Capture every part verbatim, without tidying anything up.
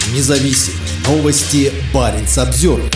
Независимые новости. Баренц-Обзервер.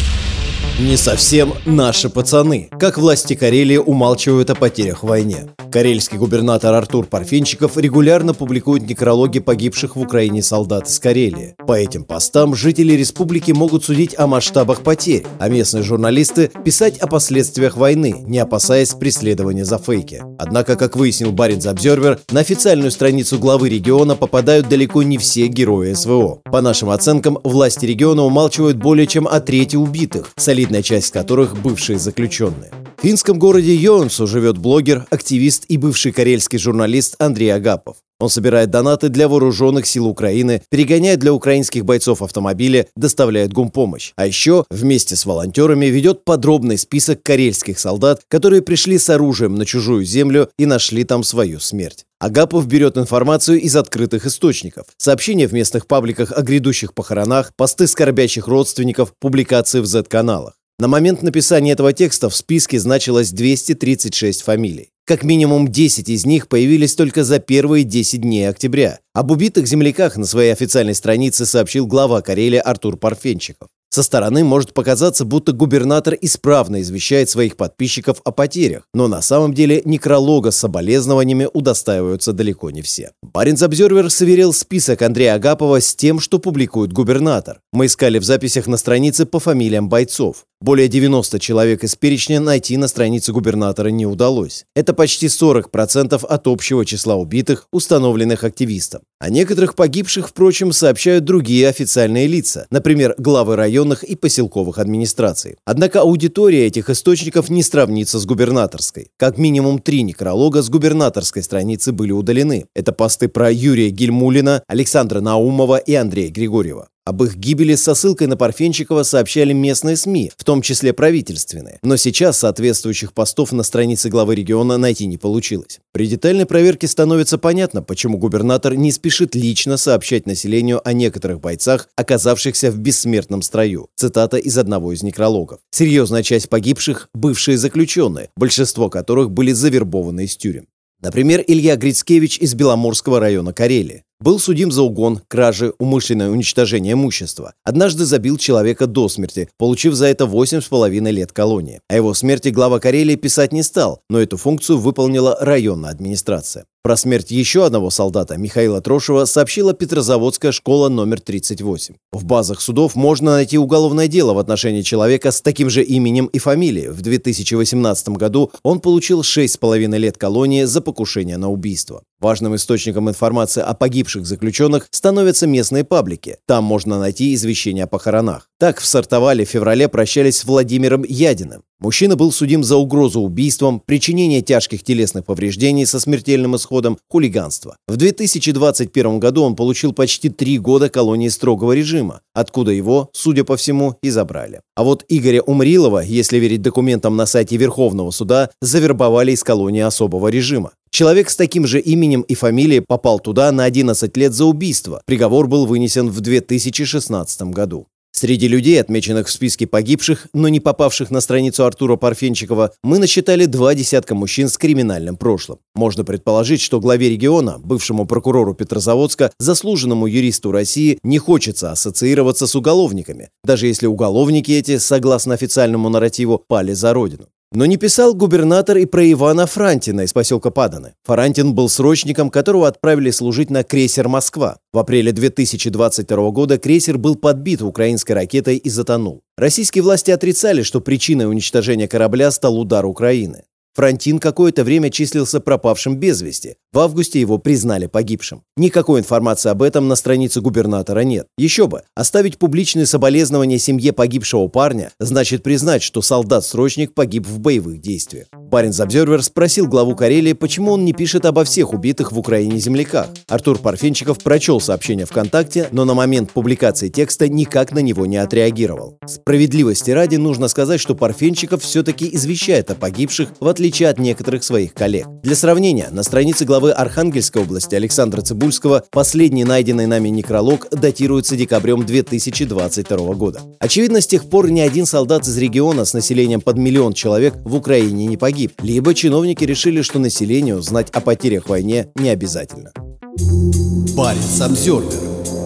Не совсем наши пацаны. Как власти Карелии умалчивают о потерях в войне. Карельский губернатор Артур Парфенчиков регулярно публикует некрологи погибших в Украине солдат из Карелии. По этим постам жители республики могут судить о масштабах потерь, а местные журналисты писать о последствиях войны, не опасаясь преследования за фейки. Однако, как выяснил Баренц-Обзервер, на официальную страницу главы региона попадают далеко не все герои СВО. По нашим оценкам, власти региона умалчивают более чем о трети убитых, солидная часть которых бывшие заключенные. В финском городе Йоэнсу живет блогер, активист и бывший карельский журналист Андрей Агапов. Он собирает донаты для вооруженных сил Украины, перегоняет для украинских бойцов автомобили, доставляет гумпомощь. А еще вместе с волонтерами ведет подробный список карельских солдат, которые пришли с оружием на чужую землю и нашли там свою смерть. Агапов берет информацию из открытых источников. Сообщения в местных пабликах о грядущих похоронах, посты скорбящих родственников, публикации в зет-каналах. На момент написания этого текста в списке значилось двести тридцать шесть фамилий. Как минимум десять из них появились только за первые десять дней октября. Об убитых земляках на своей официальной странице сообщил глава Карелии Артур Парфенчиков. Со стороны может показаться, будто губернатор исправно извещает своих подписчиков о потерях, но на самом деле некролога с соболезнованиями удостаиваются далеко не все. Баренц-Обзервер сверил список Андрея Агапова с тем, что публикует губернатор. Мы искали в записях на странице по фамилиям бойцов. Более девяноста человек из перечня найти на странице губернатора не удалось. Это почти сорок процентов от общего числа убитых, установленных активистом. О некоторых погибших, впрочем, сообщают другие официальные лица, например, главы районных и поселковых администраций. Однако аудитория этих источников не сравнится с губернаторской. Как минимум три некролога с губернаторской страницы были удалены. Это посты про Юрия Гельмулина, Александра Наумова и Андрея Григорьева. Об их гибели со ссылкой на Парфенчикова сообщали местные СМИ, в том числе правительственные. Но сейчас соответствующих постов на странице главы региона найти не получилось. При детальной проверке становится понятно, почему губернатор не спешит лично сообщать населению о некоторых бойцах, оказавшихся в бессмертном строю. Цитата из одного из некрологов. Серьезная часть погибших – бывшие заключенные, большинство которых были завербованы из тюрем. Например, Илья Грицкевич из Беломорского района Карелии. Был судим за угон, кражи, умышленное уничтожение имущества. Однажды забил человека до смерти, получив за это восемь с половиной лет колонии. О его смерти глава Карелии писать не стал, но эту функцию выполнила районная администрация. Про смерть еще одного солдата, Михаила Трошева, сообщила Петрозаводская школа номер тридцать восемь. В базах судов можно найти уголовное дело в отношении человека с таким же именем и фамилией. В две тысячи восемнадцатом году он получил шесть с половиной лет колонии за покушение на убийство. Важным источником информации о погибших заключенных становятся местные паблики. Там можно найти извещения о похоронах. Так в Сартовале в феврале прощались с Владимиром Ядиным. Мужчина был судим за угрозу убийством, причинение тяжких телесных повреждений со смертельным исходом, хулиганство. В две тысячи двадцать первом году он получил почти три года колонии строгого режима, откуда его, судя по всему, и забрали. А вот Игоря Умрилова, если верить документам на сайте Верховного суда, завербовали из колонии особого режима. Человек с таким же именем и фамилией попал туда на одиннадцать лет за убийство. Приговор был вынесен в две тысячи шестнадцатом году. Среди людей, отмеченных в списке погибших, но не попавших на страницу Артура Парфенчикова, мы насчитали два десятка мужчин с криминальным прошлым. Можно предположить, что главе региона, бывшему прокурору Петрозаводска, заслуженному юристу России, не хочется ассоциироваться с уголовниками, даже если уголовники эти, согласно официальному нарративу, пали за родину. Но не писал губернатор и про Ивана Франтина из поселка Паданы. Франтин был срочником, которого отправили служить на крейсер «Москва». В апреле две тысячи двадцать второго года крейсер был подбит украинской ракетой и затонул. Российские власти отрицали, что причиной уничтожения корабля стал удар Украины. Франтин какое-то время числился пропавшим без вести. В августе его признали погибшим. Никакой информации об этом на странице губернатора нет. Еще бы, оставить публичные соболезнования семье погибшего парня значит признать, что солдат-срочник погиб в боевых действиях. Баренц-Обзервер спросил главу Карелии, почему он не пишет обо всех убитых в Украине земляках. Артур Парфенчиков прочел сообщение ВКонтакте, но на момент публикации текста никак на него не отреагировал. Справедливости ради нужно сказать, что Парфенчиков все-таки извещает о погибших, в отличие от некоторых своих коллег. Для сравнения, на странице главы Архангельской области Александра Цибульского последний найденный нами некролог датируется декабрем две тысячи двадцать второго года. Очевидно, с тех пор ни один солдат из региона с населением под миллион человек в Украине не погиб. Либо чиновники решили, что населению знать о потерях в войне не обязательно. Баренц-Обзервер.